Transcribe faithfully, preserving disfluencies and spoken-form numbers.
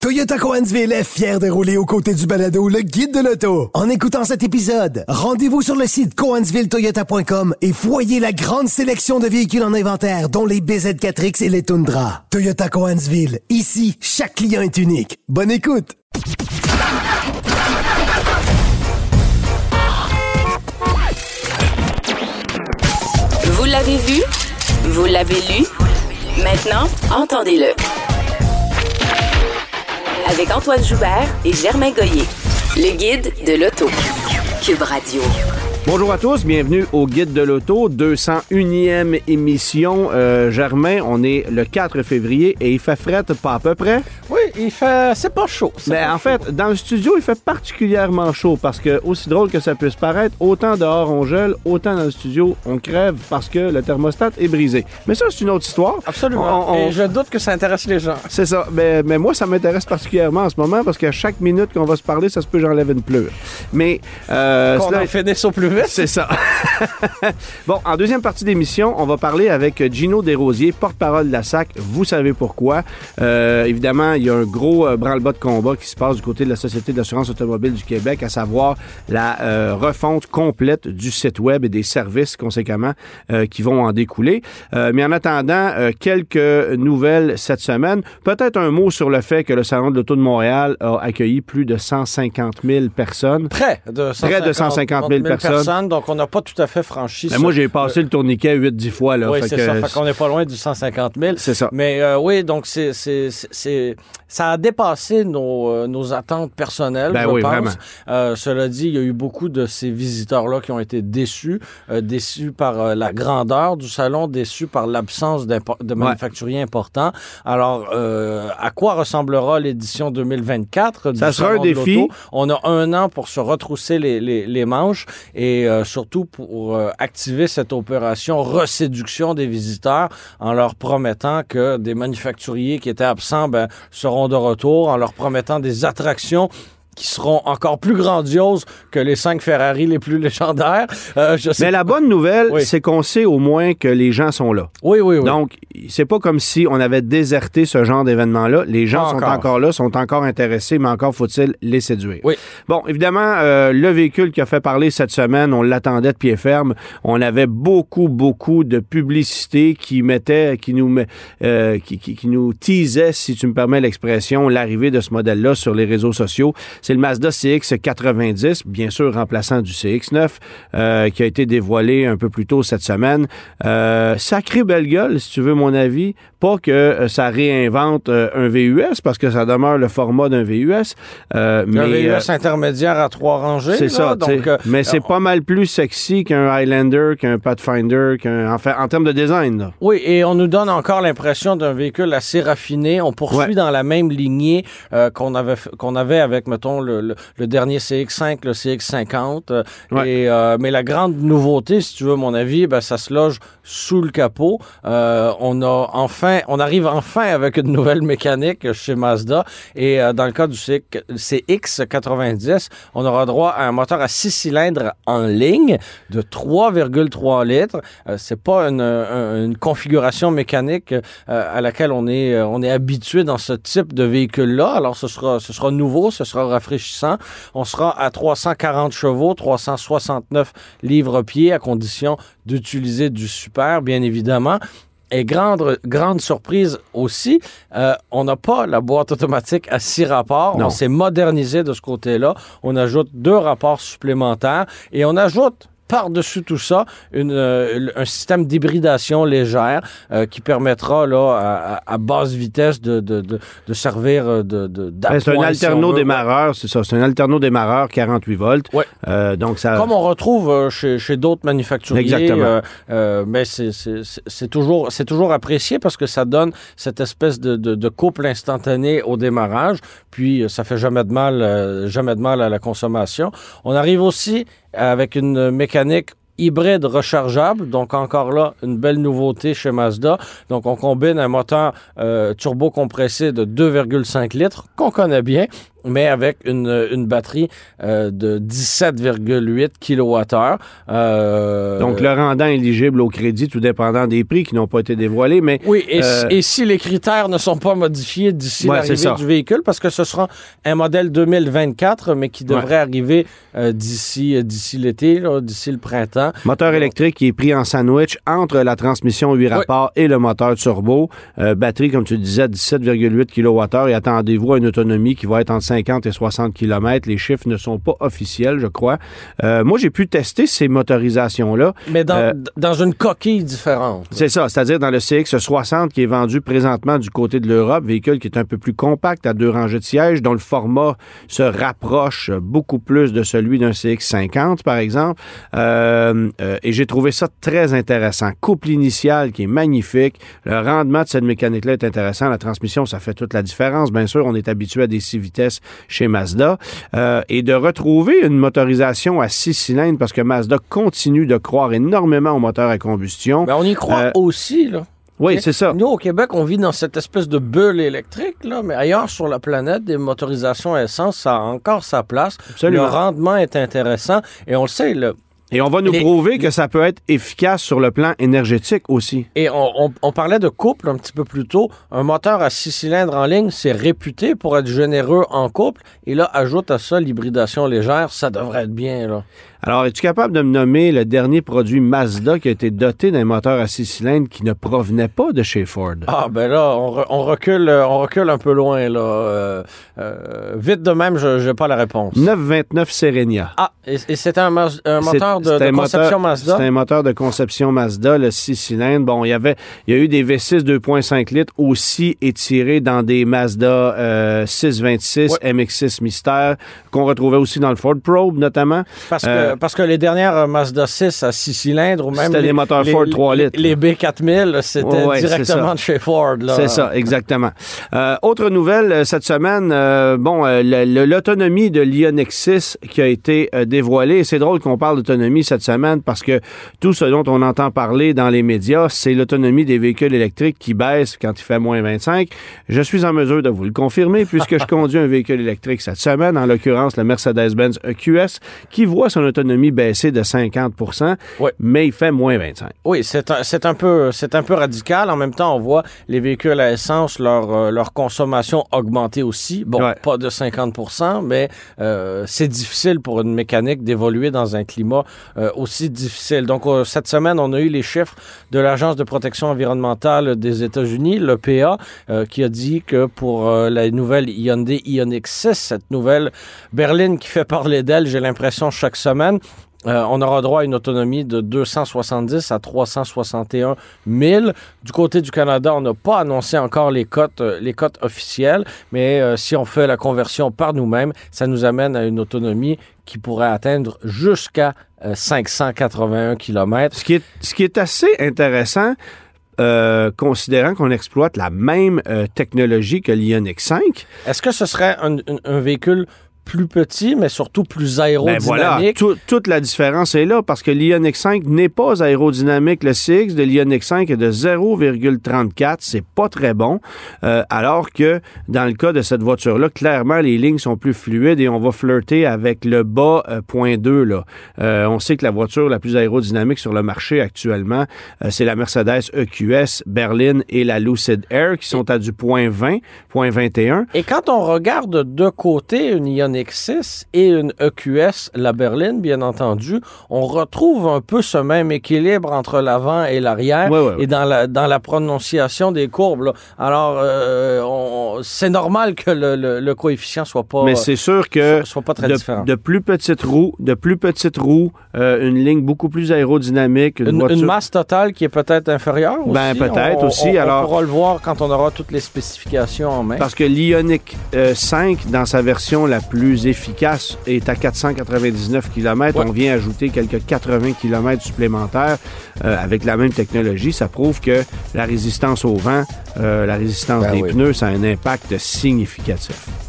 Toyota Cohensville est fier de rouler aux côtés du balado Le Guide de l'auto. En écoutant cet épisode, rendez-vous sur le site cohensville toyota point com et voyez la grande sélection de véhicules en inventaire, dont les B Z quatre X et les Tundra. Toyota Cohensville, ici, chaque client est unique. Bonne écoute! Vous l'avez vu? Vous l'avez lu? Maintenant, entendez-le. Avec Antoine Joubert et Germain Goyer. Le Guide de l'auto. Cube Radio. Bonjour à tous, bienvenue au Guide de l'auto, deux cent unième émission. Euh, Germain, on est le quatre février et il fait fret pas à peu près. Oui, il fait... c'est pas chaud. C'est Mais pas en chaud. fait, dans le studio, il fait particulièrement chaud parce que, aussi drôle que ça puisse paraître, autant dehors on gèle, autant dans le studio on crève parce que le thermostat est brisé. Mais ça, c'est une autre histoire. Absolument. On- on- Et je doute que ça intéresse les gens. C'est ça. Mais, mais moi, ça m'intéresse particulièrement en ce moment parce qu'à chaque minute qu'on va se parler, ça se peut que j'enlève une pleure. Mais... Euh, Qu'on cela- en finisse au plus vite. C'est ça. Bon, en deuxième partie d'émission, on va parler avec Gino Desrosiers, porte-parole de la S A C. Vous savez pourquoi. Euh, évidemment, il y a un gros euh, branle-bas de combat qui se passe du côté de la Société de l'assurance automobile du Québec, à savoir la euh, refonte complète du site web et des services, conséquemment, euh, qui vont en découler. Euh, mais en attendant, euh, quelques nouvelles cette semaine. Peut-être un mot sur le fait que le Salon de l'Auto de Montréal a accueilli plus de cent cinquante mille personnes. Près de Près de cent cinquante mille personnes. Donc, on n'a pas tout à fait franchi Ben ça. moi, j'ai passé Euh, le tourniquet huit dix fois. Là, Oui, fait c'est que, ça. Fait qu'on n'est pas loin du cent cinquante mille. C'est ça. Mais euh, oui, donc c'est, c'est, c'est, c'est- ça a dépassé nos, euh, nos attentes personnelles, Ben je oui, pense. vraiment. Euh, cela dit, il y a eu beaucoup de ces visiteurs-là qui ont été déçus, euh, déçus par euh, la grandeur du salon, déçus par l'absence d'impo- de manufacturiers importants. Alors, euh, à quoi ressemblera l'édition deux mille vingt-quatre du Ça sera Salon un de défi. l'auto? On a un an pour se retrousser les, les, les manches et euh, surtout pour euh, activer cette opération reséduction des visiteurs en leur promettant que des manufacturiers qui étaient absents ben, seront de retour, en leur promettant des attractions qui seront encore plus grandioses que les cinq Ferrari les plus légendaires. Euh, je sais Mais la bonne nouvelle, Oui. c'est qu'on sait au moins que les gens sont là. Oui, oui, oui. Donc, c'est pas comme si on avait déserté ce genre d'événement-là. Les gens Pas sont encore. encore là, sont encore intéressés, mais encore faut-il les séduire. Oui. Bon, évidemment, euh, le véhicule qui a fait parler cette semaine, on l'attendait de pied ferme. On avait beaucoup, beaucoup de publicité qui mettait, qui nous, met- euh, qui, qui, qui nous teasait, si tu me permets l'expression, l'arrivée de ce modèle-là sur les réseaux sociaux. C'est le Mazda C X quatre-vingt-dix, bien sûr remplaçant du C X neuf, euh, qui a été dévoilé un peu plus tôt cette semaine. Euh, sacré belle gueule, si tu veux mon avis. Pas que euh, ça réinvente euh, un V U S, parce que ça demeure le format d'un V U S. Euh, mais, un V U euh, S intermédiaire à trois rangées. c'est là, ça, donc, tu sais. euh, mais c'est euh, pas mal plus sexy qu'un Highlander, qu'un Pathfinder, qu'un, en, fait, en termes de design. Là. Oui, et on nous donne encore l'impression d'un véhicule assez raffiné. On poursuit Ouais. dans la même lignée euh, qu'on avait f- qu'on avait avec, mettons, le, le, le dernier C X cinq, le C X cinquante. euh, Ouais. et, euh, mais la grande nouveauté, si tu veux mon avis, ben, ça se loge sous le capot. Euh, on a enfin, on arrive enfin avec une nouvelle mécanique chez Mazda. Et euh, dans le cas du C X quatre-vingt-dix, on aura droit à un moteur à six cylindres en ligne de trois virgule trois litres. Euh, c'est pas une, une, une configuration mécanique euh, à laquelle on est, euh, on est habitué dans ce type de véhicule-là. Alors, ce sera, ce sera nouveau, ce sera rafraîchissant. On sera à trois cent quarante chevaux, trois cent soixante-neuf livres-pieds, à condition d'utiliser du super, bien évidemment. Et grande, grande surprise aussi, euh, on n'a pas la boîte automatique à six rapports. Non. On s'est modernisé de ce côté-là. On ajoute deux rapports supplémentaires et on ajoute par-dessus tout ça, une, euh, un système d'hybridation légère euh, qui permettra là, à, à basse vitesse de, de, de, de servir de, de, d'appoint. Ben, c'est un si on alterno veut. démarreur, c'est ça. C'est un alterno démarreur quarante-huit volts. Ouais. Euh, donc ça. Comme on retrouve euh, chez, chez d'autres manufacturiers. Exactement. Euh, euh, mais c'est, c'est, c'est, c'est, toujours, c'est toujours apprécié parce que ça donne cette espèce de, de, de couple instantané au démarrage. Puis, euh, ça fait jamais de mal, euh, jamais de mal à la consommation. On arrive aussi avec une mécanique hybride rechargeable, donc encore là, une belle nouveauté chez Mazda. Donc, on combine un moteur euh, turbo compressé de deux virgule cinq litres, qu'on connaît bien, mais avec une, une batterie euh, de dix-sept virgule huit kilowattheures. Euh, Donc, le rendant éligible au crédit, tout dépendant des prix qui n'ont pas été dévoilés, mais... Oui, et, euh, et si les critères ne sont pas modifiés d'ici ouais, l'arrivée du véhicule, parce que ce sera un modèle deux mille vingt-quatre, mais qui devrait ouais. arriver euh, d'ici, euh, d'ici l'été, là, d'ici le printemps. Moteur électrique qui est pris en sandwich entre la transmission huit rapports oui. et le moteur turbo. Euh, batterie, comme tu disais, dix-sept virgule huit kilowattheures, et attendez-vous à une autonomie qui va être entre cinquante et soixante kilomètres. Les chiffres ne sont pas officiels, je crois. Euh, moi, j'ai pu tester ces motorisations-là. Mais dans, euh, dans une coquille différente. C'est ça, c'est-à-dire dans le C X soixante qui est vendu présentement du côté de l'Europe, véhicule qui est un peu plus compact, à deux rangées de sièges, dont le format se rapproche beaucoup plus de celui d'un C X cinquante, par exemple. Euh, euh, et j'ai trouvé ça très intéressant. Couple initial qui est magnifique. Le rendement de cette mécanique-là est intéressant. La transmission, ça fait toute la différence. Bien sûr, on est habitué à des six vitesses chez Mazda. Euh, et de retrouver une motorisation à six cylindres, parce que Mazda continue de croire énormément au moteur à combustion. Ben, on y croit euh, aussi, là. Oui, okay? c'est ça. Nous, au Québec, on vit dans cette espèce de bulle électrique, là, mais ailleurs sur la planète, des motorisations à essence, ça a encore sa place. Absolument. Le rendement est intéressant et on le sait, là. Et on va nous les, prouver que ça peut être efficace sur le plan énergétique aussi. Et on, on, on parlait de couple un petit peu plus tôt. Un moteur à six cylindres en ligne, c'est réputé pour être généreux en couple. Et là, ajoute à ça l'hybridation légère, ça devrait être bien, là. Alors, es-tu capable de me nommer le dernier produit Mazda qui a été doté d'un moteur à six cylindres qui ne provenait pas de chez Ford? Ah, ben là, on, re, on, recule, on recule un peu loin, là. Euh, euh, vite de même, je n'ai pas la réponse. neuf vingt-neuf Serenia. Ah, et, et c'était un, un moteur de, de un conception moteur, Mazda? C'était un moteur de conception Mazda, le six cylindres. Bon, il y avait, il y a eu des V six deux virgule cinq litres aussi étirés dans des Mazda euh, six vingt-six, ouais. M X six Mystère, qu'on retrouvait aussi dans le Ford Probe, notamment. Parce que euh, Parce que les dernières Mazda six à six cylindres, ou même c'était les, des moteurs les, Ford trois litres. Les B quatre mille, c'était ouais, directement de chez Ford. Là. C'est ça, exactement. Euh, autre nouvelle cette semaine, euh, bon, euh, le, le, l'autonomie de l'Ioniq six qui a été euh, dévoilée. C'est drôle qu'on parle d'autonomie cette semaine parce que tout ce dont on entend parler dans les médias, c'est l'autonomie des véhicules électriques qui baisse quand il fait moins vingt-cinq. Je suis en mesure de vous le confirmer puisque je conduis un véhicule électrique cette semaine, en l'occurrence le Mercedes-Benz E Q S, qui voit son autonomie baissé de cinquante pour cent, oui. mais il fait moins vingt-cinq. Oui, c'est un, c'est un peu, c'est un peu radical. En même temps, on voit les véhicules à essence, leur, euh, leur consommation augmenter aussi. Bon, ouais. pas de cinquante pour cent, mais euh, c'est difficile pour une mécanique d'évoluer dans un climat euh, aussi difficile. Donc, euh, cette semaine, on a eu les chiffres de l'Agence de protection environnementale des États-Unis, l'E P A, euh, qui a dit que pour euh, la nouvelle Hyundai Ioniq six, cette nouvelle berline qui fait parler d'elle, j'ai l'impression, chaque semaine, Euh, on aura droit à une autonomie de deux cent soixante-dix à trois cent soixante et un mille. Du côté du Canada, on n'a pas annoncé encore les cotes, euh, les cotes officielles, mais euh, si on fait la conversion par nous-mêmes, ça nous amène à une autonomie qui pourrait atteindre jusqu'à euh, cinq cent quatre-vingt-un kilomètres. Ce qui est, ce qui est assez intéressant, Euh, considérant qu'on exploite la même euh, technologie que l'Ioniq cinq. Est-ce que ce serait un, un, un véhicule plus petit, mais surtout plus aérodynamique? Ben voilà, tout, toute la différence est là, parce que l'Ioniq cinq n'est pas aérodynamique. Le C X de l'Ioniq cinq est de zéro virgule trente-quatre, c'est pas très bon, euh, alors que dans le cas de cette voiture-là, clairement, les lignes sont plus fluides et on va flirter avec le bas euh, point deux. Là. Euh, on sait que la voiture la plus aérodynamique sur le marché actuellement, euh, c'est la Mercedes E Q S, Berline et la Lucid Air, qui sont à du point vingt, point vingt et un. Et quand on regarde de côté une Ioniq six et une E Q S, la berline, bien entendu, on retrouve un peu ce même équilibre entre l'avant et l'arrière, ouais, ouais, ouais. et dans la, dans la prononciation des courbes. Là. Alors, euh, on, c'est normal que le, le, le coefficient soit pas Mais c'est sûr que soit, soit pas très de, différent. De plus petites roues, de plus petites roues, euh, une ligne beaucoup plus aérodynamique. Une, une, voiture... une masse totale qui est peut-être inférieure aussi. Ben, peut-être on, aussi. On, alors, on pourra le voir quand on aura toutes les spécifications en main. Parce que l'Ioniq euh, cinq, dans sa version la plus efficace, est à quatre cent quatre-vingt-dix-neuf kilomètres. Ouais. On vient ajouter quelques quatre-vingts kilomètres supplémentaires euh, avec la même technologie. Ça prouve que la résistance au vent, euh, la résistance ben des oui. pneus, ça a un impact significatif.